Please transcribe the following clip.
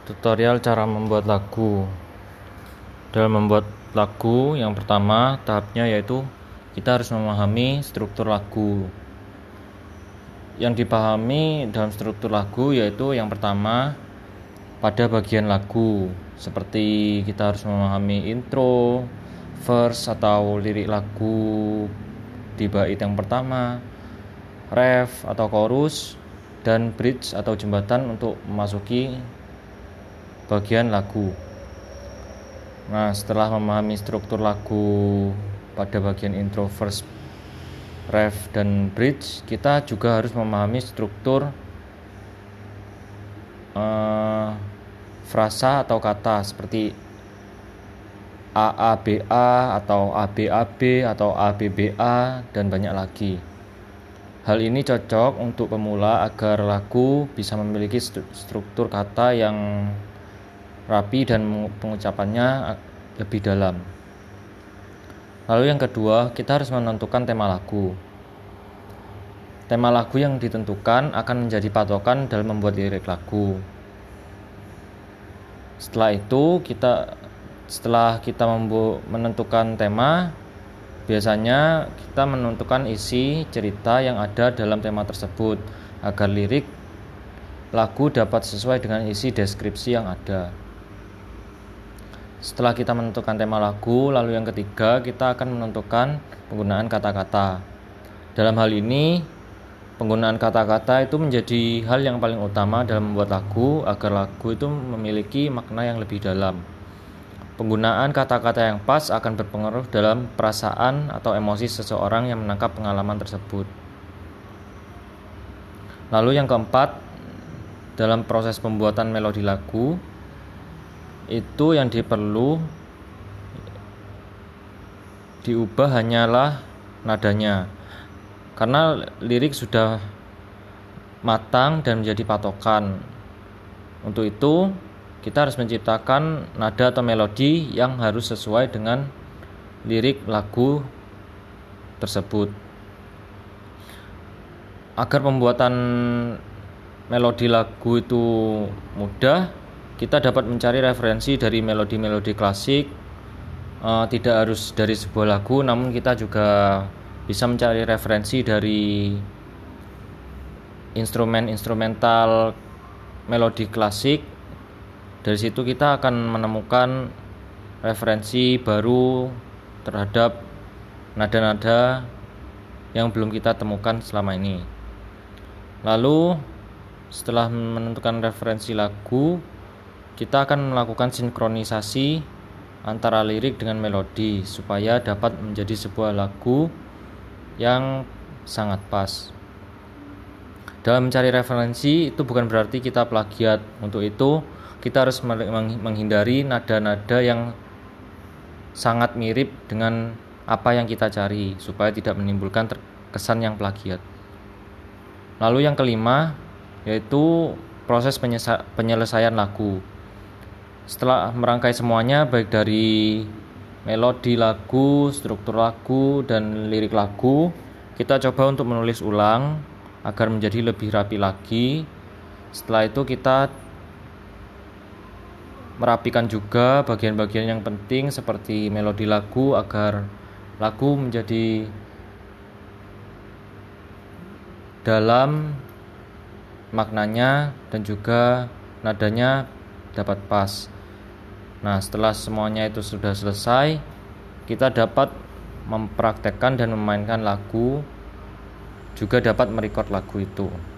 Tutorial cara membuat lagu. Dalam membuat lagu, yang pertama tahapnya yaitu kita harus memahami struktur lagu. Yang dipahami dalam struktur lagu yaitu yang pertama pada bagian lagu, seperti kita harus memahami intro, verse atau lirik lagu di bait yang pertama, ref atau chorus, dan bridge atau jembatan untuk memasuki bagian lagu. Nah, setelah memahami struktur lagu pada bagian intro, verse, ref, dan bridge, kita juga harus memahami struktur frasa atau kata seperti AABA atau ABAB atau ABBA dan banyak lagi. Hal ini cocok untuk pemula agar lagu bisa memiliki struktur kata yang rapi dan pengucapannya lebih dalam. Lalu yang kedua, kita harus menentukan tema lagu. Tema lagu yang ditentukan akan menjadi patokan dalam membuat lirik lagu. Setelah itu, setelah kita menentukan tema, biasanya kita menentukan isi cerita yang ada dalam tema tersebut agar lirik lagu dapat sesuai dengan isi deskripsi yang ada. Setelah kita menentukan tema lagu, lalu yang ketiga kita akan menentukan penggunaan kata-kata. Dalam hal ini, penggunaan kata-kata itu menjadi hal yang paling utama dalam membuat lagu agar lagu itu memiliki makna yang lebih dalam. Penggunaan kata-kata yang pas akan berpengaruh dalam perasaan atau emosi seseorang yang menangkap pengalaman tersebut. Lalu yang keempat, dalam proses pembuatan melodi lagu, itu yang perlu diubah hanyalah nadanya, karena lirik sudah matang dan menjadi patokan. Untuk itu kita harus menciptakan nada atau melodi yang harus sesuai dengan lirik lagu tersebut. Agar pembuatan melodi lagu itu mudah, kita dapat mencari referensi dari melodi-melodi klasik. Tidak harus dari sebuah lagu, namun kita juga bisa mencari referensi dari instrumental melodi klasik. Dari situ kita akan menemukan referensi baru terhadap nada-nada yang belum kita temukan selama ini. Lalu setelah menentukan referensi lagu, kita akan melakukan sinkronisasi antara lirik dengan melodi supaya dapat menjadi sebuah lagu yang sangat pas. Dalam mencari referensi itu bukan berarti kita plagiat. Untuk itu kita harus menghindari nada-nada yang sangat mirip dengan apa yang kita cari supaya tidak menimbulkan kesan yang plagiat. Lalu yang kelima yaitu proses penyelesaian lagu. Setelah merangkai semuanya, baik dari melodi lagu, struktur lagu, dan lirik lagu, kita coba untuk menulis ulang agar menjadi lebih rapi lagi. Setelah itu kita merapikan juga bagian-bagian yang penting seperti melodi lagu agar lagu menjadi dalam maknanya dan juga nadanya dapat pas. Nah, setelah semuanya itu sudah selesai, kita dapat mempraktekkan dan memainkan lagu, juga dapat merekod lagu itu.